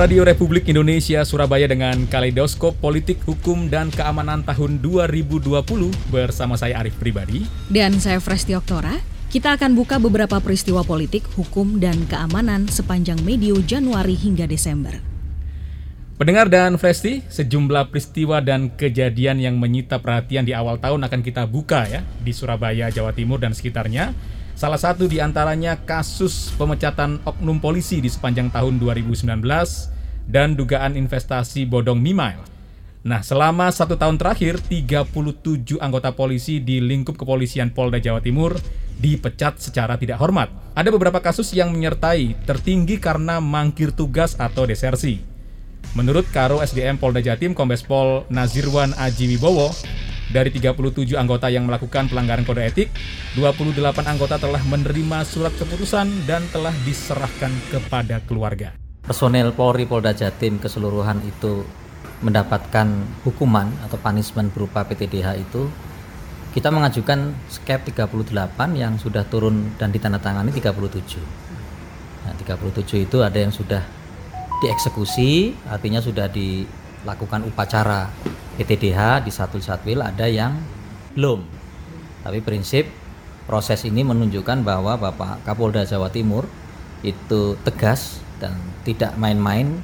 Radio Republik Indonesia Surabaya dengan Kaleidoskop Politik, Hukum, dan Keamanan tahun 2020 bersama saya Arif Pribadi. Dan saya Fresti Oktora. Kita akan buka beberapa peristiwa politik, hukum, dan keamanan sepanjang medio Januari hingga Desember. Pendengar dan Fresti, sejumlah peristiwa dan kejadian yang menyita perhatian di awal tahun akan kita buka ya di Surabaya, Jawa Timur, dan sekitarnya. Salah satu di antaranya kasus pemecatan oknum polisi di sepanjang tahun 2019 dan dugaan investasi bodong Mimiles. Nah, selama 1 tahun terakhir, 37 anggota polisi di lingkup kepolisian Polda Jawa Timur dipecat secara tidak hormat. Ada beberapa kasus yang menyertai tertinggi karena mangkir tugas atau desersi. Menurut Karo SDM Polda Jatim Kombes Pol Nazirwan Aji Wibowo, dari 37 anggota yang melakukan pelanggaran kode etik, 28 anggota telah menerima surat keputusan dan telah diserahkan kepada keluarga. Personel Polri Polda Jatim keseluruhan itu mendapatkan hukuman atau punishment berupa PTDH itu, kita mengajukan skep 38 yang sudah turun dan ditandatangani 37. Nah, 37 itu ada yang sudah dieksekusi, artinya sudah dilakukan upacara PTDH di Satul-Satwil, ada yang belum. Tapi prinsip proses ini menunjukkan bahwa Bapak Kapolda Jawa Timur itu tegas dan tidak main-main.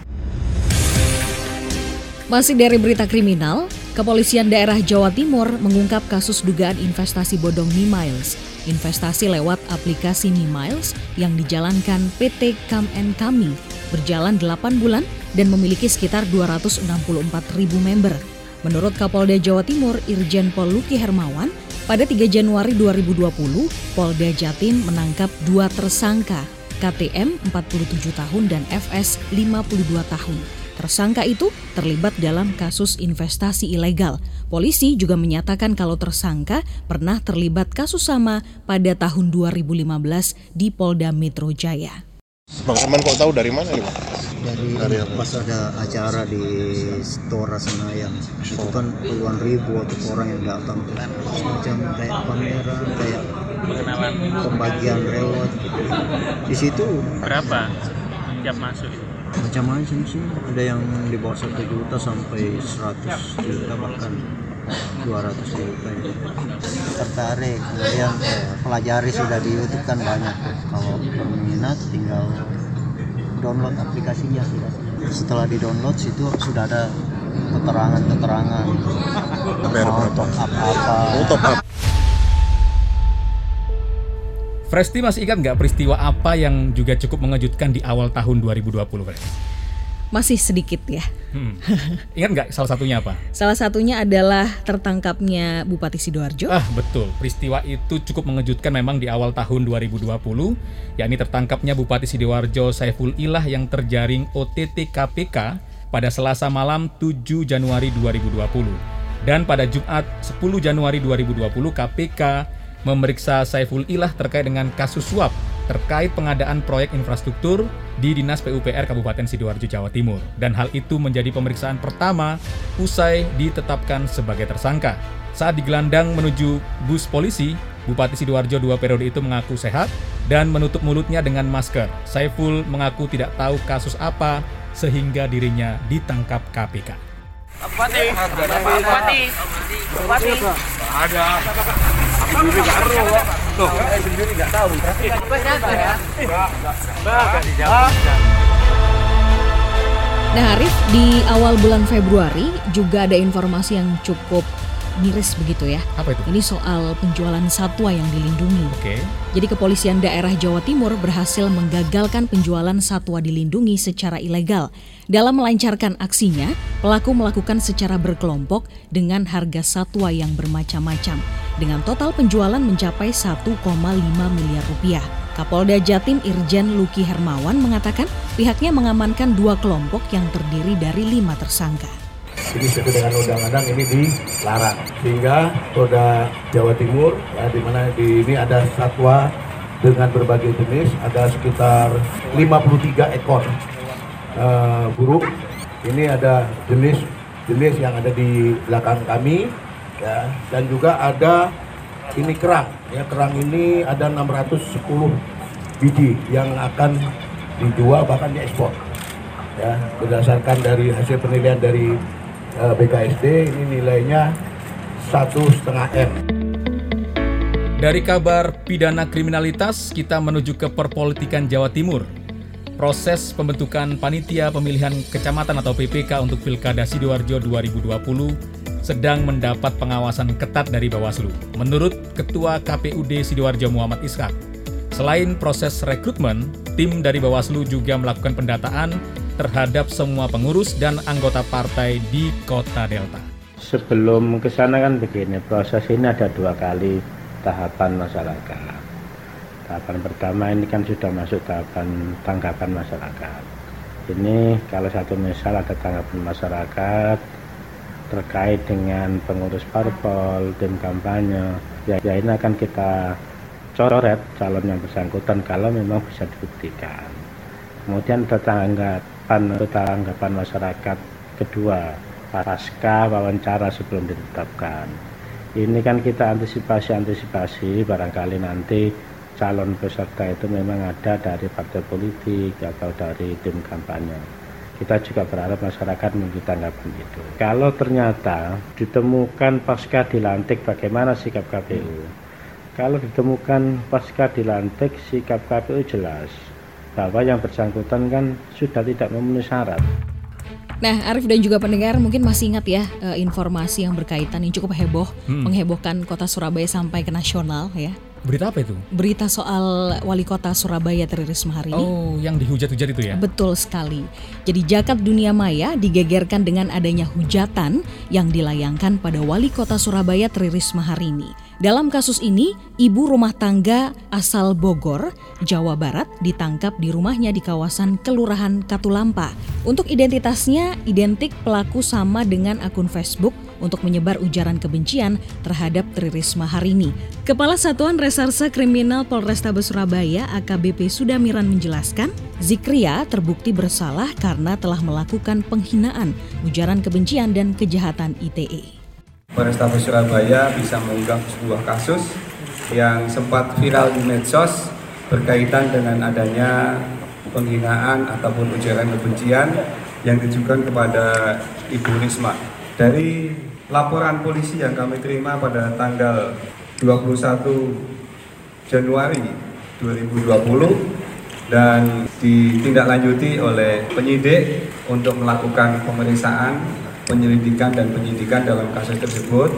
Masih dari berita kriminal, Kepolisian Daerah Jawa Timur mengungkap kasus dugaan investasi bodong Mimiles. Investasi lewat aplikasi Mimiles yang dijalankan PT Come & Kami berjalan 8 bulan dan memiliki sekitar 264.000 member. Menurut Kapolda Jawa Timur Irjen Pol Luki Hermawan, pada 3 Januari 2020, Polda Jatim menangkap 2 tersangka, KTM 47 tahun dan FS 52 tahun. Tersangka itu terlibat dalam kasus investasi ilegal. Polisi juga menyatakan kalau tersangka pernah terlibat kasus sama pada tahun 2015 di Polda Metro Jaya. Bang Arman kok tahu dari mana nih, Bang? Dari pas ada acara di Stora Senayan, itu kan puluhan ribu atau orang yang datang, semacam kayak pameran, kayak pembagian reward gitu. Di situ berapa tiap masuk itu? Macam-macam sih, ada yang di bawah 1 juta sampai 100 juta bahkan 200 juta gitu. Tertarik, kemudian pelajari sudah di YouTube kan banyak. Kalau berminat tinggal download aplikasinya sudah. Setelah di-download situ sudah ada keterangan mau top up apa. Fresti masih ingat nggak peristiwa apa yang juga cukup mengejutkan di awal tahun 2020, Fresti? Masih sedikit ya. Ingat nggak salah satunya apa? Salah satunya adalah tertangkapnya Bupati Sidoarjo. Betul. Peristiwa itu cukup mengejutkan memang di awal tahun 2020, yakni tertangkapnya Bupati Sidoarjo Saiful Ilah yang terjaring OTT KPK pada Selasa malam 7 Januari 2020. Dan pada Jumat 10 Januari 2020 KPK memeriksa Saiful Ilah terkait dengan kasus suap terkait pengadaan proyek infrastruktur di Dinas PUPR Kabupaten Sidoarjo, Jawa Timur. Dan hal itu menjadi pemeriksaan pertama usai ditetapkan sebagai tersangka. Saat digelandang menuju bus polisi, Bupati Sidoarjo 2 periode itu mengaku sehat dan menutup mulutnya dengan masker. Saiful mengaku tidak tahu kasus apa sehingga dirinya ditangkap KPK. Bupati. Ada. Sendiri nggak tahu. Loh, sendiri nggak tahu. Apa ya? Nggak dijawab. Nah, Arif, di awal bulan Februari juga ada informasi yang cukup miris begitu ya. Apa itu? Ini soal penjualan satwa yang dilindungi. Oke. Jadi Kepolisian Daerah Jawa Timur berhasil menggagalkan penjualan satwa dilindungi secara ilegal. Dalam melancarkan aksinya, pelaku melakukan secara berkelompok dengan harga satwa yang bermacam-macam. Dengan total penjualan mencapai 1,5 miliar rupiah. Kapolda Jatim Irjen Luki Hermawan mengatakan pihaknya mengamankan 2 kelompok yang terdiri dari 5 tersangka. Jadi sesuai dengan undang-undang ini dilarang, sehingga Polda Jawa Timur ya, di mana ini ada satwa dengan berbagai jenis, ada sekitar 53 ekor burung. Ini ada jenis yang ada di belakang kami ya, dan juga ada ini kerang ya, kerang ini ada 610 biji yang akan dijual bahkan diekspor. ya, berdasarkan dari hasil penilaian dari BKSD ini nilainya 1,5 M. Dari kabar pidana kriminalitas, kita menuju ke perpolitikan Jawa Timur. Proses pembentukan panitia pemilihan kecamatan atau PPK untuk Pilkada Sidoarjo 2020 sedang mendapat pengawasan ketat dari Bawaslu. Menurut Ketua KPUD Sidoarjo Muhammad Ishak, selain proses rekrutmen, tim dari Bawaslu juga melakukan pendataan terhadap semua pengurus dan anggota partai di Kota Delta. Sebelum ke sana kan begini, proses ini ada 2 kali tahapan masyarakat. Tahapan pertama ini kan sudah masuk tahapan tanggapan masyarakat. Ini kalau satu misal ada tanggapan masyarakat terkait dengan pengurus parpol, tim kampanye, ya ini akan kita coret calon yang bersangkutan kalau memang bisa dibuktikan. Kemudian ada tanggapan masyarakat kedua pasca wawancara sebelum ditetapkan. Ini kan kita antisipasi barangkali nanti calon peserta itu memang ada dari partai politik atau dari tim kampanye. Kita juga berharap masyarakat memiliki tanggapan itu. Kalau ternyata ditemukan pasca dilantik, bagaimana sikap KPU? Kalau ditemukan pasca dilantik, sikap KPU jelas bahwa yang bersangkutan kan sudah tidak memenuhi syarat. Nah, Arif dan juga pendengar mungkin masih ingat ya informasi yang berkaitan yang cukup heboh, menghebohkan kota Surabaya sampai ke nasional ya. Berita apa itu? Berita soal wali kota Surabaya Tri Risma hari ini. Oh, yang dihujat-hujat itu ya? Betul sekali. Jadi jagat dunia maya digegerkan dengan adanya hujatan yang dilayangkan pada wali kota Surabaya Tri Risma hari ini. Dalam kasus ini, ibu rumah tangga asal Bogor, Jawa Barat ditangkap di rumahnya di kawasan Kelurahan Katulampa. Untuk identitasnya identik pelaku sama dengan akun Facebook untuk menyebar ujaran kebencian terhadap Tri Risma hari ini. Kepala Satuan Reserse Kriminal Polrestabes Surabaya AKBP Sudamiran menjelaskan, Zikria terbukti bersalah karena telah melakukan penghinaan, ujaran kebencian dan kejahatan ITE. Polrestabes Surabaya bisa mengungkap sebuah kasus yang sempat viral di medsos berkaitan dengan adanya penghinaan ataupun ujaran kebencian yang ditujukan kepada Ibu Risma. Dari laporan polisi yang kami terima pada tanggal 21 Januari 2020 dan ditindaklanjuti oleh penyidik untuk melakukan pemeriksaan, penyelidikan dan penyidikan dalam kasus tersebut.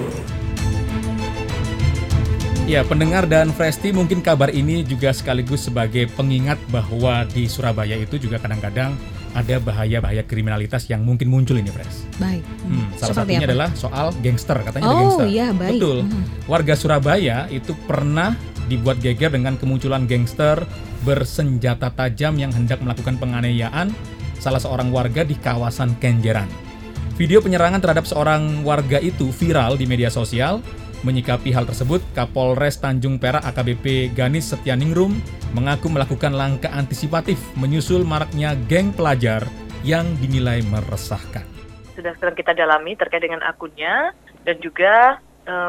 Ya, pendengar dan Fresti, mungkin kabar ini juga sekaligus sebagai pengingat bahwa di Surabaya itu juga kadang-kadang ada bahaya-bahaya kriminalitas yang mungkin muncul ini, Fres. Baik. Salah satunya apa? Adalah soal gangster, katanya ada gangster. Oh iya, baik. Betul. Warga Surabaya itu pernah dibuat geger dengan kemunculan gangster bersenjata tajam yang hendak melakukan penganiayaan salah seorang warga di kawasan Kenjeran. Video penyerangan terhadap seorang warga itu viral di media sosial. Menyikapi hal tersebut, Kapolres Tanjung Perak AKBP Ganis Setianingrum mengaku melakukan langkah antisipatif menyusul maraknya geng pelajar yang dinilai meresahkan. Sudah sedang kita dalami terkait dengan akunnya dan juga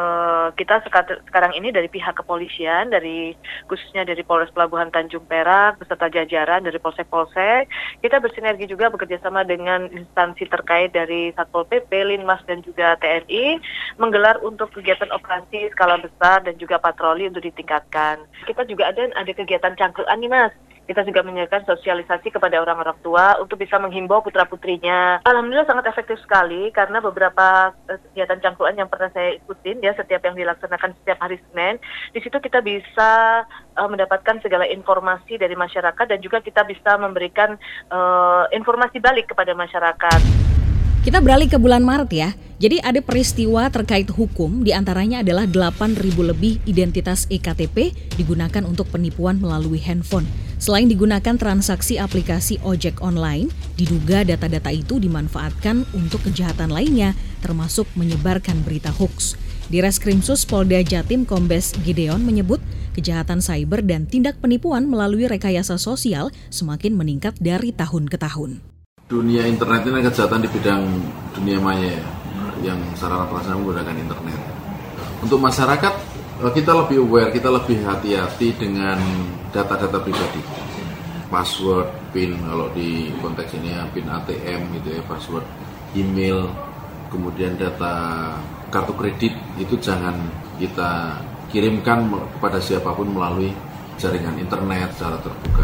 kita sekarang ini dari pihak kepolisian, khususnya dari Polres Pelabuhan Tanjung Perak beserta jajaran dari polsek-polsek, kita bersinergi juga bekerjasama dengan instansi terkait dari Satpol PP, Linmas dan juga TNI menggelar untuk kegiatan operasi skala besar dan juga patroli untuk ditingkatkan. Kita juga ada kegiatan cangkruan nih Mas. Kita juga menyediakan sosialisasi kepada orang-orang tua untuk bisa menghimbau putra-putrinya. Alhamdulillah sangat efektif sekali karena beberapa kegiatan cangkruan yang pernah saya ikutin ya setiap yang dilaksanakan setiap hari Senin. Di situ kita bisa mendapatkan segala informasi dari masyarakat dan juga kita bisa memberikan informasi balik kepada masyarakat. Kita beralih ke bulan Maret ya. Jadi ada peristiwa terkait hukum, diantaranya adalah 8.000 lebih identitas EKTP digunakan untuk penipuan melalui handphone. Selain digunakan transaksi aplikasi ojek online, diduga data-data itu dimanfaatkan untuk kejahatan lainnya, termasuk menyebarkan berita hoax. Di Reskrimsus Polda Jatim Kombes Gideon menyebut kejahatan cyber dan tindak penipuan melalui rekayasa sosial semakin meningkat dari tahun ke tahun. Dunia internet ini kejahatan di bidang dunia maya yang sarana prasarana menggunakan internet. Untuk masyarakat, kita lebih aware, kita lebih hati-hati dengan data-data pribadi. password, PIN kalau di konteks ini ya, PIN ATM gitu ya, password email, kemudian data kartu kredit itu jangan kita kirimkan kepada siapapun melalui jaringan internet secara terbuka.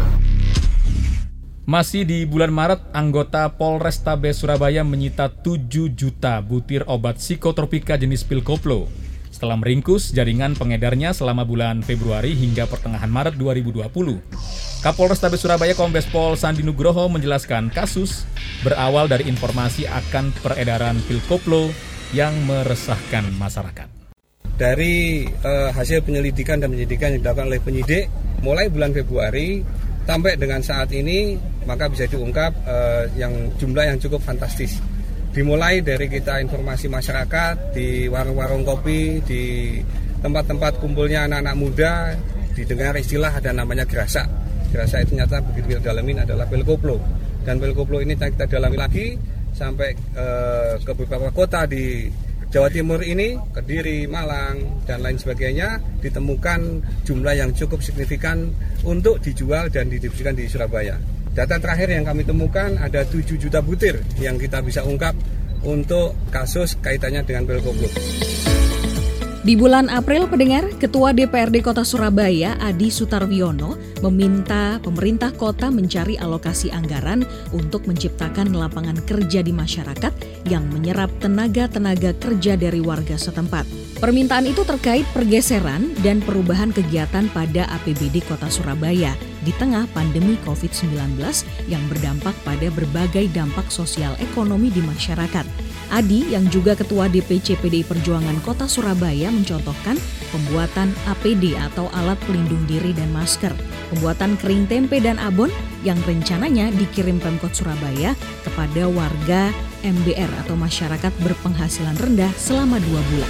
Masih di bulan Maret, anggota Polrestabes Surabaya menyita 7 juta butir obat psikotropika jenis pil koplo setelah meringkus jaringan pengedarnya selama bulan Februari hingga pertengahan Maret 2020. Kapolrestabes Surabaya Kombes Pol Sandi Nugroho menjelaskan kasus berawal dari informasi akan peredaran pil koplo yang meresahkan masyarakat. Dari hasil penyelidikan dan penyidikan yang dilakukan oleh penyidik mulai bulan Februari sampai dengan saat ini, maka bisa diungkap yang jumlah yang cukup fantastis. Dimulai dari kita informasi masyarakat di warung-warung kopi, di tempat-tempat kumpulnya anak-anak muda, didengar istilah ada namanya gerasa. Gerasa itu ternyata begitu kita dalamin adalah pil koplo. Dan pil koplo ini kita dalami lagi sampai ke beberapa kota di Jawa Timur ini, Kediri, Malang, dan lain sebagainya, ditemukan jumlah yang cukup signifikan untuk dijual dan didistribusikan di Surabaya. Data terakhir yang kami temukan ada 7 juta butir yang kita bisa ungkap untuk kasus kaitannya dengan pil koplo. Di bulan April, pendengar, Ketua DPRD Kota Surabaya, Adi Sutarwiono, meminta pemerintah kota mencari alokasi anggaran untuk menciptakan lapangan kerja di masyarakat yang menyerap tenaga-tenaga kerja dari warga setempat. Permintaan itu terkait pergeseran dan perubahan kegiatan pada APBD Kota Surabaya di tengah pandemi COVID-19 yang berdampak pada berbagai dampak sosial ekonomi di masyarakat. Adi, yang juga Ketua DPC PDI Perjuangan Kota Surabaya, mencontohkan pembuatan APD atau alat pelindung diri dan masker, pembuatan kering tempe dan abon yang rencananya dikirim Pemkot Surabaya kepada warga MBR atau masyarakat berpenghasilan rendah selama 2 bulan.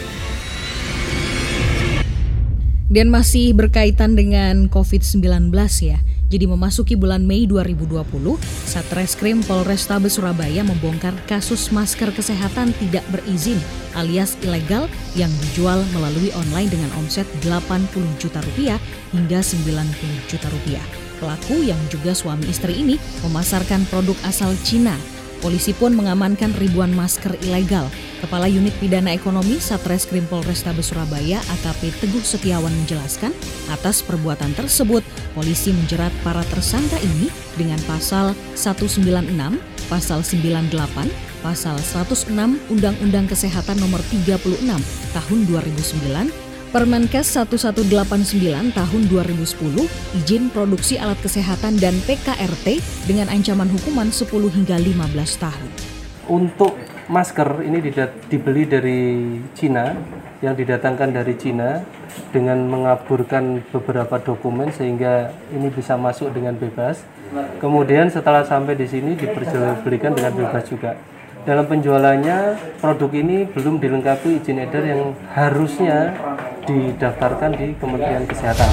Dan masih berkaitan dengan COVID-19 ya. Jadi memasuki bulan Mei 2020, Satreskrim Polrestabes Surabaya membongkar kasus masker kesehatan tidak berizin alias ilegal yang dijual melalui online dengan omset 80 juta rupiah hingga 90 juta rupiah. Pelaku yang juga suami istri ini memasarkan produk asal Cina. Polisi pun mengamankan ribuan masker ilegal. Kepala Unit Pidana Ekonomi Satreskrim Polrestabes Surabaya AKP Teguh Setiawan menjelaskan, atas perbuatan tersebut, polisi menjerat para tersangka ini dengan pasal 196, pasal 98, pasal 106 Undang-Undang Kesehatan Nomor 36 Tahun 2009, Permenkes 1189 Tahun 2010, izin produksi alat kesehatan dan PKRT dengan ancaman hukuman 10 hingga 15 tahun. Untuk masker ini dibeli dari Cina, yang didatangkan dari Cina dengan mengaburkan beberapa dokumen sehingga ini bisa masuk dengan bebas. Kemudian setelah sampai di sini diperjualbelikan dengan bebas juga. Dalam penjualannya, produk ini belum dilengkapi izin edar yang harusnya didaftarkan di Kementerian Kesehatan.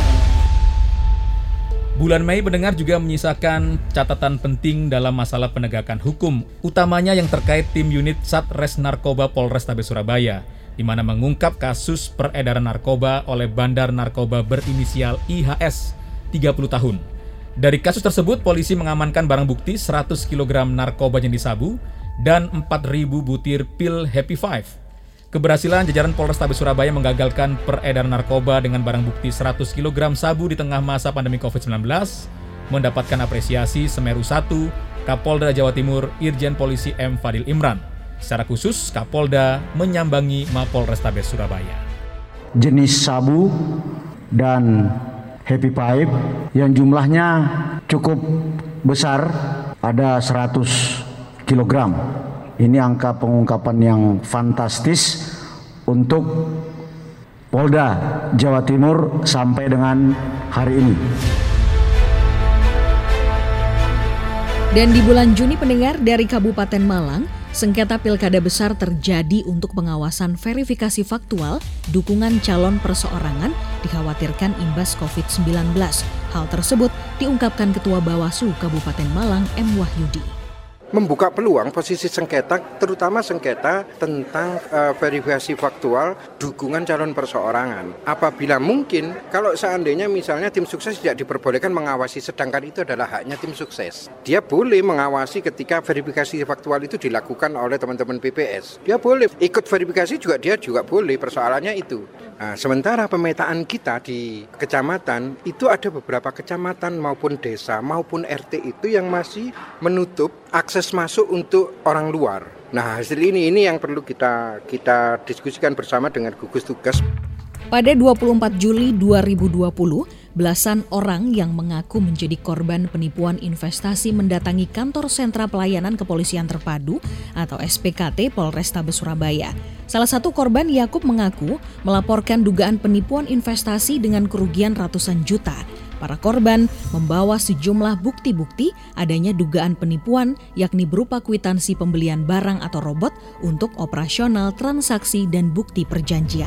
Bulan Mei pendengar juga menyisakan catatan penting dalam masalah penegakan hukum, utamanya yang terkait tim unit Satres Narkoba Polrestabes Surabaya, di mana mengungkap kasus peredaran narkoba oleh bandar narkoba berinisial IHS, 30 tahun. Dari kasus tersebut, polisi mengamankan barang bukti 100 kg narkoba jenis sabu dan 4.000 butir pil Happy Five. Keberhasilan jajaran Polrestabes Surabaya menggagalkan peredaran narkoba dengan barang bukti 100 kg sabu di tengah masa pandemi COVID-19 mendapatkan apresiasi Semeru 1 Kapolda Jawa Timur Irjen Polisi M. Fadil Imran. Secara khusus, Kapolda menyambangi Mapolrestabes Surabaya. Jenis sabu dan Happy Five yang jumlahnya cukup besar, ada 100 kg. Ini angka pengungkapan yang fantastis untuk Polda Jawa Timur sampai dengan hari ini. Dan di bulan Juni pendengar, dari Kabupaten Malang, sengketa pilkada besar terjadi untuk pengawasan verifikasi faktual dukungan calon perseorangan dikhawatirkan imbas COVID-19. Hal tersebut diungkapkan Ketua Bawaslu Kabupaten Malang M. Wahyudi. membuka peluang posisi sengketa, terutama sengketa tentang verifikasi faktual dukungan calon perseorangan. Apabila mungkin, kalau seandainya misalnya tim sukses tidak diperbolehkan mengawasi, sedangkan itu adalah haknya tim sukses. Dia boleh mengawasi ketika verifikasi faktual itu dilakukan oleh teman-teman PPS. Dia boleh ikut verifikasi juga, dia juga boleh, persoalannya itu. Nah, sementara pemetaan kita di kecamatan itu ada beberapa kecamatan maupun desa maupun RT itu yang masih menutup akses masuk untuk orang luar. Nah, hasil ini yang perlu kita diskusikan bersama dengan gugus tugas. Pada 24 Juli 2020, belasan orang yang mengaku menjadi korban penipuan investasi mendatangi kantor sentra pelayanan kepolisian terpadu atau SPKT Polrestabes Surabaya. Salah satu korban, Yakub, mengaku melaporkan dugaan penipuan investasi dengan kerugian ratusan juta. Para korban membawa sejumlah bukti-bukti adanya dugaan penipuan, yakni berupa kwitansi pembelian barang atau robot untuk operasional, transaksi, dan bukti perjanjian.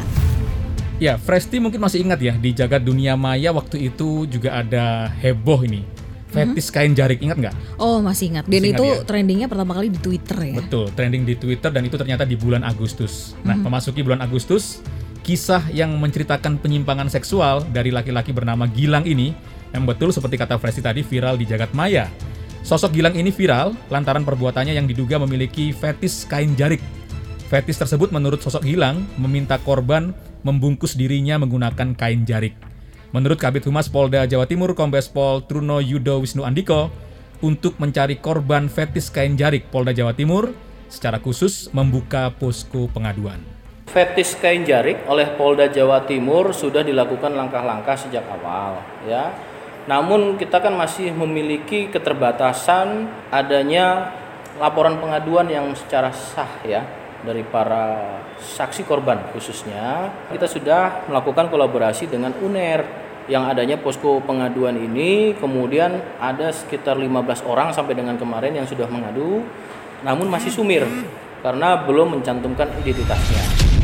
Ya, Fresti mungkin masih ingat ya, di jagat dunia maya waktu itu juga ada heboh ini, fetis kain jarik, ingat nggak? Oh, masih ingat. Dan masih itu ingat, ya? Trendingnya pertama kali di Twitter ya? Betul, trending di Twitter dan itu ternyata di bulan Agustus. Nah, memasuki bulan Agustus, kisah yang menceritakan penyimpangan seksual dari laki-laki bernama Gilang ini, yang betul seperti kata Fresti tadi, viral di jagat maya. Sosok Gilang ini viral lantaran perbuatannya yang diduga memiliki fetis kain jarik. Fetis tersebut menurut sosok Gilang meminta korban membungkus dirinya menggunakan kain jarik. Menurut Kabid Humas Polda Jawa Timur Kombes Pol Truno Yudo Wisnu Andiko, untuk mencari korban fetis kain jarik, Polda Jawa Timur secara khusus membuka posko pengaduan. Fetis kain jarik oleh Polda Jawa Timur sudah dilakukan langkah-langkah sejak awal, ya. Namun kita kan masih memiliki keterbatasan adanya laporan pengaduan yang secara sah, ya, dari para saksi korban khususnya. Kita sudah melakukan kolaborasi dengan UNER yang adanya posko pengaduan ini, kemudian ada sekitar 15 orang sampai dengan kemarin yang sudah mengadu, namun masih sumir karena belum mencantumkan identitasnya.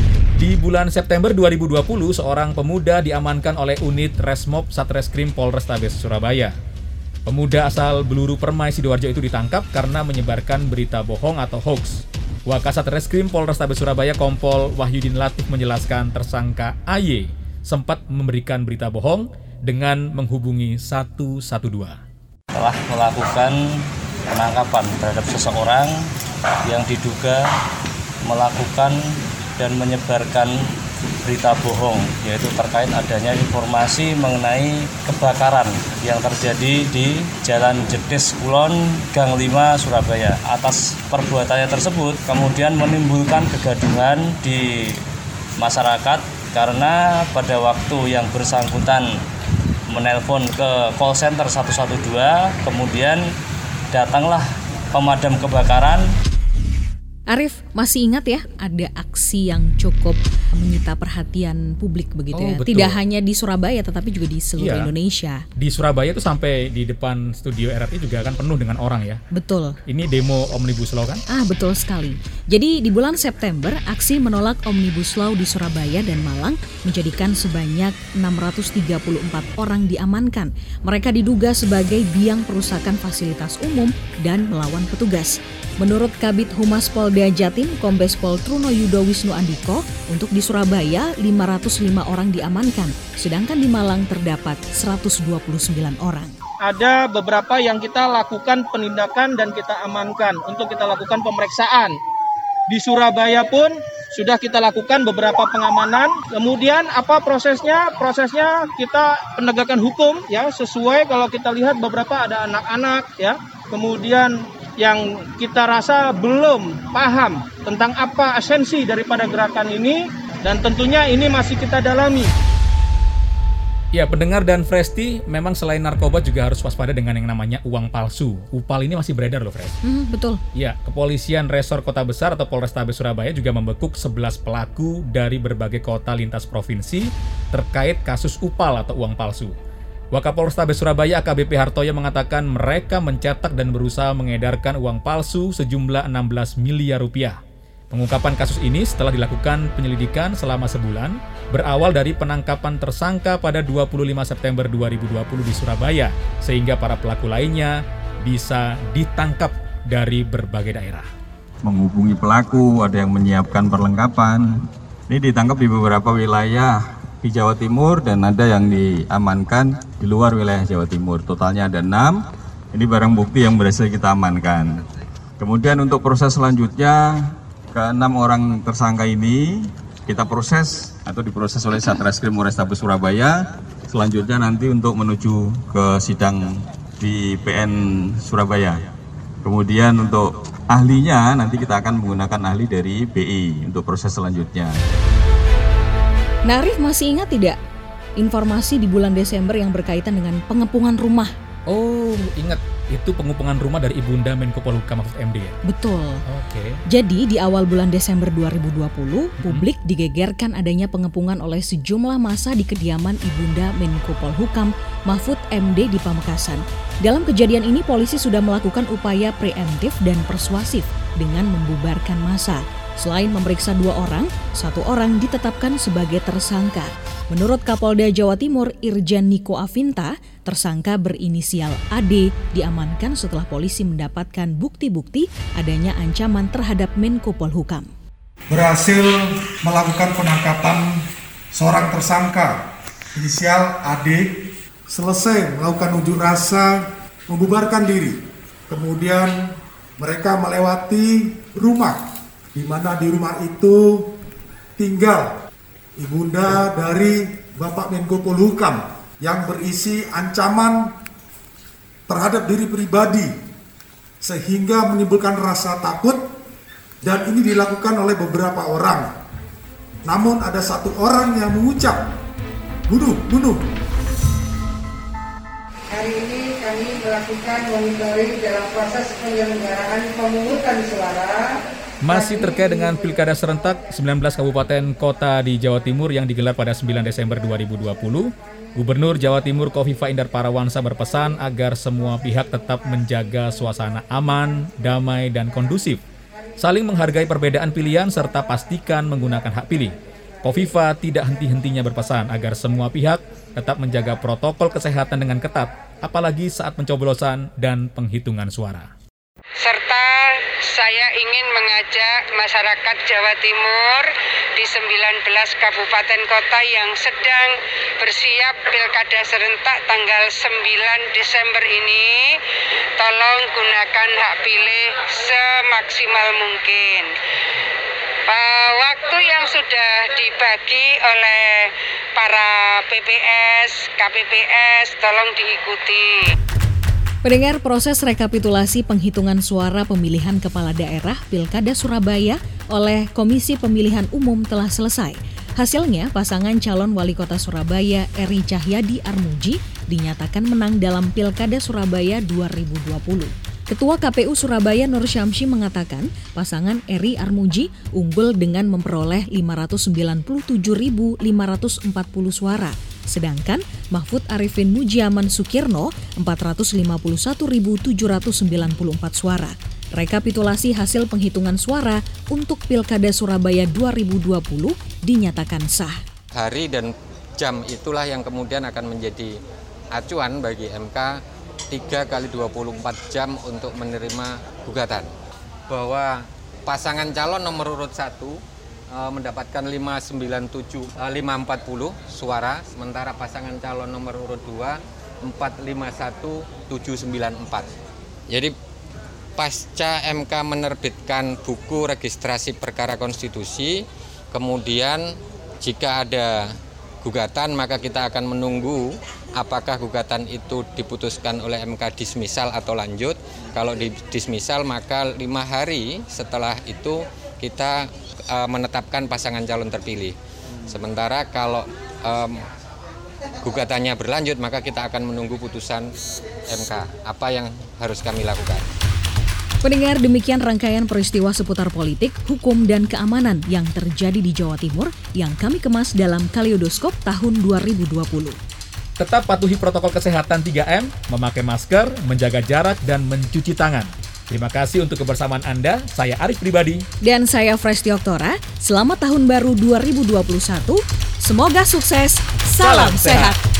Di bulan September 2020, seorang pemuda diamankan oleh unit Resmob Satreskrim Polrestabes Surabaya. Pemuda asal Beluru Permai, Sidoarjo itu ditangkap karena menyebarkan berita bohong atau hoax. Wakasat Reskrim Polrestabes Surabaya Kompol Wahyudin Latif menjelaskan tersangka AY sempat memberikan berita bohong dengan menghubungi 112. Telah melakukan penangkapan terhadap seseorang yang diduga melakukan dan menyebarkan berita bohong, yaitu terkait adanya informasi mengenai kebakaran yang terjadi di Jalan Jetis Kulon, Gang 5, Surabaya. Atas perbuatannya tersebut kemudian menimbulkan kegaduhan di masyarakat karena pada waktu yang bersangkutan menelpon ke call center 112, kemudian datanglah pemadam kebakaran. Arif, masih ingat ya, ada aksi yang cukup menyita perhatian publik begitu ya? Betul. Tidak hanya di Surabaya tetapi juga di seluruh Indonesia. Di Surabaya itu sampai di depan studio RRI juga kan penuh dengan orang ya. Betul. Ini demo Omnibus Law kan? Betul sekali. Jadi di bulan September, aksi menolak Omnibus Law di Surabaya dan Malang menjadikan sebanyak 634 orang diamankan. Mereka diduga sebagai biang perusakan fasilitas umum dan melawan petugas. Menurut Kabid Humas Polda Jatim, Kombes Pol Truno Yudo Wisnu Andiko, untuk di Surabaya 505 orang diamankan, sedangkan di Malang terdapat 129 orang. Ada beberapa yang kita lakukan penindakan dan kita amankan untuk kita lakukan pemeriksaan. Di Surabaya pun sudah kita lakukan beberapa pengamanan. Kemudian apa prosesnya? Prosesnya kita penegakan hukum ya, sesuai kalau kita lihat beberapa ada anak-anak ya. Kemudian yang kita rasa belum paham tentang apa esensi daripada gerakan ini, dan tentunya ini masih kita dalami. Ya, pendengar dan Fresti, memang selain narkoba juga harus waspada dengan yang namanya uang palsu. Upal ini masih beredar loh, Fres. Betul. Ya, Kepolisian Resor Kota Besar atau Polrestabes Surabaya juga membekuk 11 pelaku dari berbagai kota lintas provinsi terkait kasus upal atau uang palsu. Wakapolrestabes Surabaya AKBP Hartoyo mengatakan mereka mencetak dan berusaha mengedarkan uang palsu sejumlah 16 miliar rupiah. Pengungkapan kasus ini setelah dilakukan penyelidikan selama sebulan, berawal dari penangkapan tersangka pada 25 September 2020 di Surabaya, sehingga para pelaku lainnya bisa ditangkap dari berbagai daerah. Menghubungi pelaku, ada yang menyiapkan perlengkapan. Ini ditangkap di beberapa wilayah di Jawa Timur dan ada yang diamankan di luar wilayah Jawa Timur. Totalnya ada 6. Ini barang bukti yang berhasil kita amankan. Kemudian untuk proses selanjutnya, ke-6 orang tersangka ini kita proses atau diproses oleh Satreskrim Polrestabes Surabaya. Selanjutnya nanti untuk menuju ke sidang di PN Surabaya. Kemudian untuk ahlinya nanti kita akan menggunakan ahli dari BI untuk proses selanjutnya. Nah, Arif masih ingat tidak informasi di bulan Desember yang berkaitan dengan pengepungan rumah? Oh, ingat. Itu pengepungan rumah dari Ibunda Menko Polhukam Mahfud MD ya? Betul. Oke. Jadi di awal bulan Desember 2020, publik digegerkan adanya pengepungan oleh sejumlah massa di kediaman Ibunda Menko Polhukam Mahfud MD di Pamekasan. Dalam kejadian ini polisi sudah melakukan upaya preemptif dan persuasif dengan membubarkan massa. Selain memeriksa 2 orang, 1 orang ditetapkan sebagai tersangka. Menurut Kapolda Jawa Timur Irjen Niko Afinta, tersangka berinisial AD diamankan setelah polisi mendapatkan bukti-bukti adanya ancaman terhadap Menko Polhukam. Berhasil melakukan penangkapan seorang tersangka inisial AD, selesai melakukan unjuk rasa membubarkan diri. Kemudian mereka melewati rumah, di mana di rumah itu tinggal ibunda dari Bapak Menko Polhukam yang berisi ancaman terhadap diri pribadi sehingga menimbulkan rasa takut, dan ini dilakukan oleh beberapa orang. Namun ada 1 orang yang mengucap bunuh. Hari ini kami melakukan monitoring dalam proses penyelenggaraan pemungutan suara. Masih terkait dengan Pilkada Serentak 19 Kabupaten Kota di Jawa Timur yang digelar pada 9 Desember 2020, Gubernur Jawa Timur Khofifah Indar Parawansa berpesan agar semua pihak tetap menjaga suasana aman, damai, dan kondusif, saling menghargai perbedaan pilihan serta pastikan menggunakan hak pilih. Khofifah tidak henti-hentinya berpesan agar semua pihak tetap menjaga protokol kesehatan dengan ketat, apalagi saat pencoblosan dan penghitungan suara. Serta saya ingin mengajak masyarakat Jawa Timur di 19 kabupaten kota yang sedang bersiap Pilkada Serentak tanggal 9 Desember ini, tolong gunakan hak pilih semaksimal mungkin. Waktu yang sudah dibagi oleh para PPS, KPPS, tolong diikuti. Pendengar, proses rekapitulasi penghitungan suara pemilihan kepala daerah Pilkada Surabaya oleh Komisi Pemilihan Umum telah selesai. Hasilnya, pasangan calon wali kota Surabaya Eri Cahyadi Armuji dinyatakan menang dalam Pilkada Surabaya 2020. Ketua KPU Surabaya Nur Syamsi mengatakan pasangan Eri Armuji unggul dengan memperoleh 597.540 suara. Sedangkan Mahfud Arifin Mujiaman Sukirno 451.794 suara. Rekapitulasi hasil penghitungan suara untuk Pilkada Surabaya 2020 dinyatakan sah. Hari dan jam itulah yang kemudian akan menjadi acuan bagi MK 3 kali 24 jam untuk menerima gugatan. Bahwa pasangan calon nomor urut 1 mendapatkan 540 suara, sementara pasangan calon nomor urut 2 451.794. Jadi pasca MK menerbitkan buku registrasi perkara konstitusi, kemudian jika ada gugatan maka kita akan menunggu apakah gugatan itu diputuskan oleh MK dismisal atau lanjut. Kalau dismisal maka 5 hari setelah itu kita menetapkan pasangan calon terpilih. Sementara kalau gugatannya berlanjut maka kita akan menunggu putusan MK. Apa yang harus kami lakukan? Pendengar, demikian rangkaian peristiwa seputar politik, hukum, dan keamanan yang terjadi di Jawa Timur yang kami kemas dalam Kaleidoskop tahun 2020. Tetap patuhi protokol kesehatan 3M, memakai masker, menjaga jarak, dan mencuci tangan. Terima kasih untuk kebersamaan Anda. Saya Arif Pribadi. Dan saya Fresti Oktora. Selamat Tahun Baru 2021. Semoga sukses. Salam sehat.